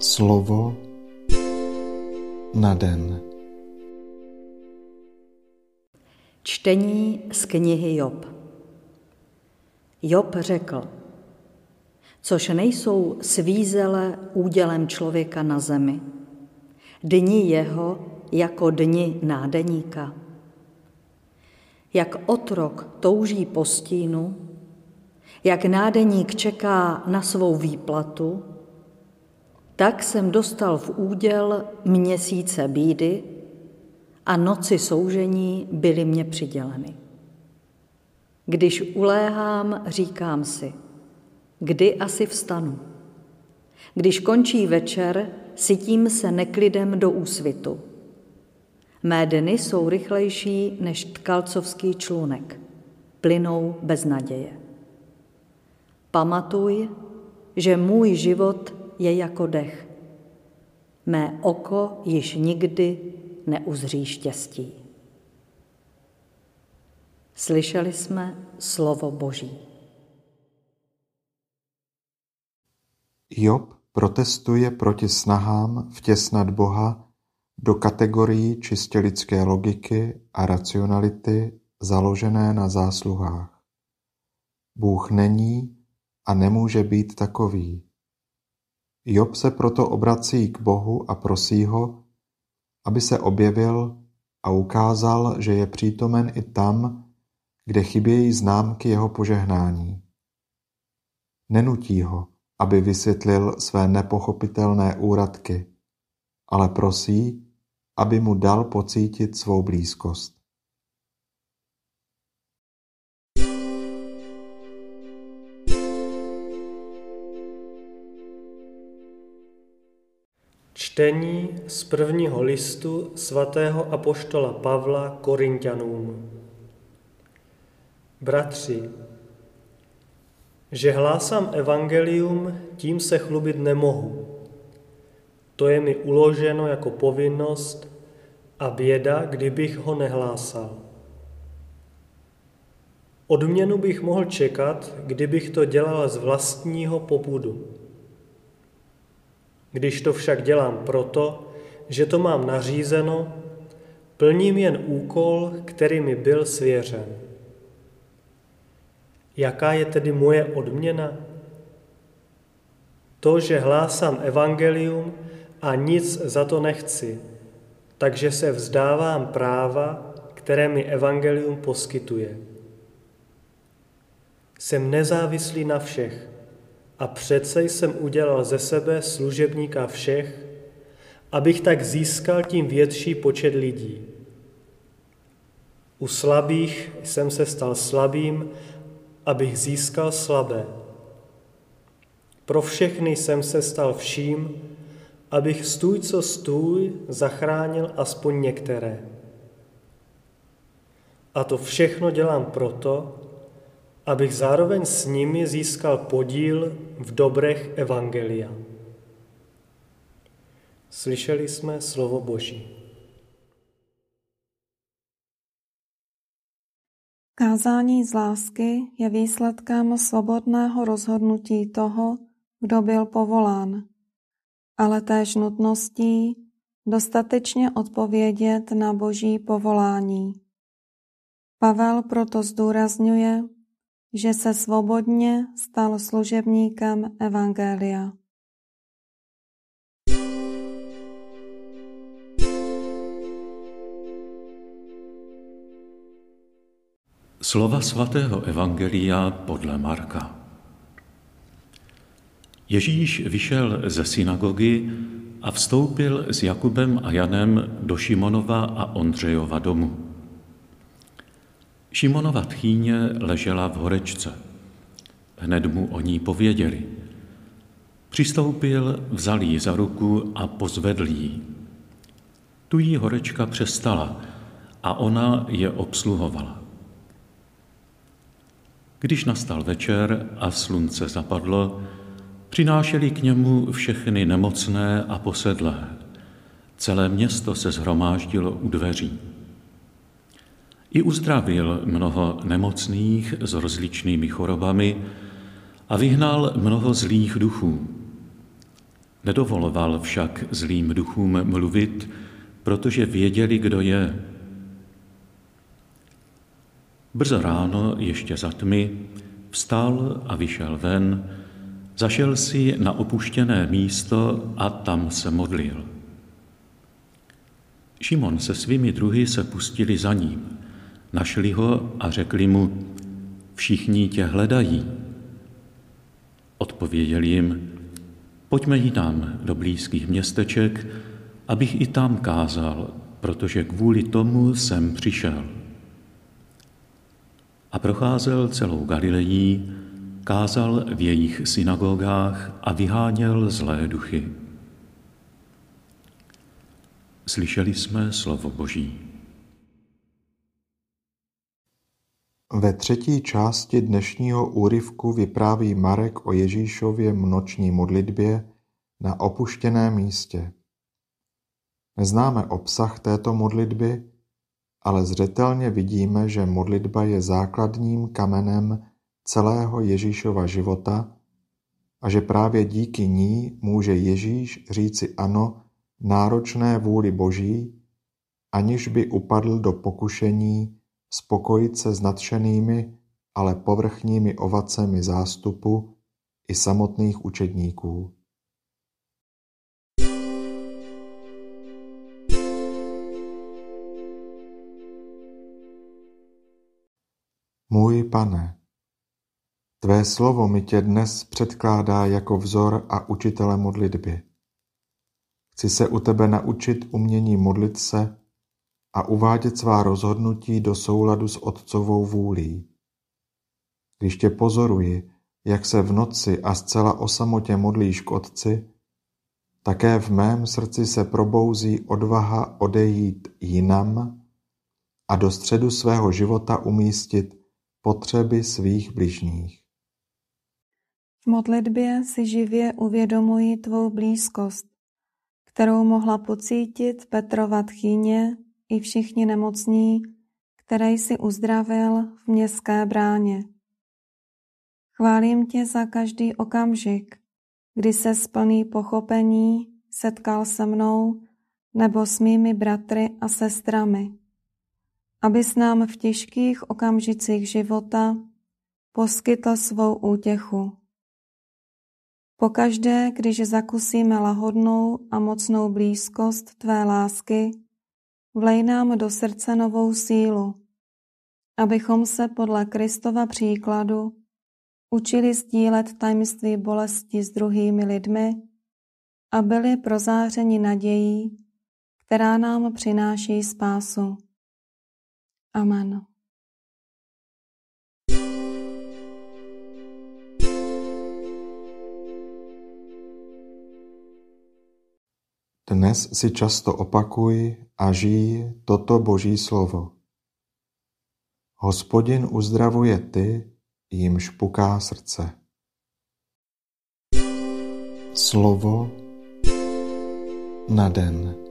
Slovo na den. Čtení z knihy Job. Job řekl: což nejsou svízele údělem člověka na zemi, dni jeho jako dni nádeníka. Jak otrok touží po stínu, jak nádeník čeká na svou výplatu, tak jsem dostal v úděl měsíce bídy a noci soužení byly mně přiděleny. Když uléhám, říkám si, kdy asi vstanu. Když končí večer, sytím se neklidem do úsvitu. Mé dny jsou rychlejší než tkalcovský člunek, plynou bez naděje. Pamatuj, že můj život je jako dech. Mé oko již nikdy neuzří štěstí. Slyšeli jsme slovo Boží. Job protestuje proti snahám vtěsnat Boha do kategorií čistě lidské logiky a racionality založené na zásluhách. Bůh není a nemůže být takový. Job se proto obrací k Bohu a prosí ho, aby se objevil a ukázal, že je přítomen i tam, kde chybějí známky jeho požehnání. Nenutí ho, aby vysvětlil své nepochopitelné úradky, ale prosí, aby mu dal pocítit svou blízkost. Čtení z prvního listu svatého apoštola Pavla Korinťanům. Bratři, že hlásám evangelium, tím se chlubit nemohu. To je mi uloženo jako povinnost a běda, kdybych ho nehlásal. Odměnu bych mohl čekat, kdybych to dělal z vlastního popudu. Když to však dělám proto, že to mám nařízeno, plním jen úkol, který mi byl svěřen. Jaká je tedy moje odměna? To, že hlásám evangelium a nic za to nechci, takže se vzdávám práva, které mi evangelium poskytuje. Jsem nezávislý na všech a přece jsem udělal ze sebe služebníka všech, abych tak získal tím větší počet lidí. U slabých jsem se stal slabým, abych získal slabé. Pro všechny jsem se stal vším, abych stůj co stůj zachránil aspoň některé. A to všechno dělám proto, abych zároveň s nimi získal podíl v dobrech evangelia. Slyšeli jsme slovo Boží. Kázání z lásky je výsledkem svobodného rozhodnutí toho, kdo byl povolán, ale též nutností dostatečně odpovědět na Boží povolání. Pavel proto zdůrazňuje, že se svobodně stal služebníkem evangelia. Slova svatého evangelia podle Marka. Ježíš vyšel ze synagogy a vstoupil s Jakubem a Janem do Šimonova a Ondřejova domu. Šimonova tchýně ležela v horečce. Hned mu o ní pověděli. Přistoupil, vzal jí za ruku a pozvedl jí. Tu jí horečka přestala a ona je obsluhovala. Když nastal večer a slunce zapadlo, přinášeli k němu všechny nemocné a posedlé. Celé město se shromáždilo u dveří. I uzdravil mnoho nemocných s rozličnými chorobami a vyhnal mnoho zlých duchů. Nedovoloval však zlým duchům mluvit, protože věděli, kdo je. Brzo ráno, ještě za tmy, vstal a vyšel ven, zašel si na opuštěné místo a tam se modlil. Šimon se svými druhy se pustili za ním, našli ho a řekli mu: Všichni tě hledají. Odpověděl jim: Pojďme jinam do blízkých městeček, abych i tam kázal, protože kvůli tomu jsem přišel. A procházel celou Galilejí, kázal v jejich synagogách a vyháněl zlé duchy. Slyšeli jsme slovo Boží. Ve třetí části dnešního úryvku vypráví Marek o Ježíšově noční modlitbě na opuštěném místě. Neznáme obsah této modlitby, ale zřetelně vidíme, že modlitba je základním kamenem celého Ježíšova života a že právě díky ní může Ježíš říci ano náročné vůli Boží, aniž by upadl do pokušení spokojit se s nadšenými, ale povrchními ovacemi zástupu i samotných učedníků. Můj Pane, tvé slovo mi tě dnes předkládá jako vzor a učitele modlitby. Chci se u tebe naučit umění modlit se a uvádět svá rozhodnutí do souladu s Otcovou vůlí. Když tě pozoruji, jak se v noci a zcela o samotě modlíš k Otci, také v mém srdci se probouzí odvaha odejít jinam a do středu svého života umístit potřeby svých bližních. V modlitbě si živě uvědomuji tvou blízkost, kterou mohla pocítit Petrova tchýně i všichni nemocní, které jsi uzdravil v Městské bráně. Chválím tě za každý okamžik, kdy se s plný pochopení setkal se mnou nebo s mými bratry a sestrami, abys nám v těžkých okamžicích života poskytl svou útěchu. Pokaždé, když zakusíme lahodnou a mocnou blízkost tvé lásky, vlej nám do srdce novou sílu, abychom se podle Kristova příkladu učili sdílet tajemství bolesti s druhými lidmi a byli prozářeni nadějí, která nám přináší spásu. Amen. Dnes si často opakuj a žij toto Boží slovo. Hospodin uzdravuje ty, jimž puká srdce. Slovo na den.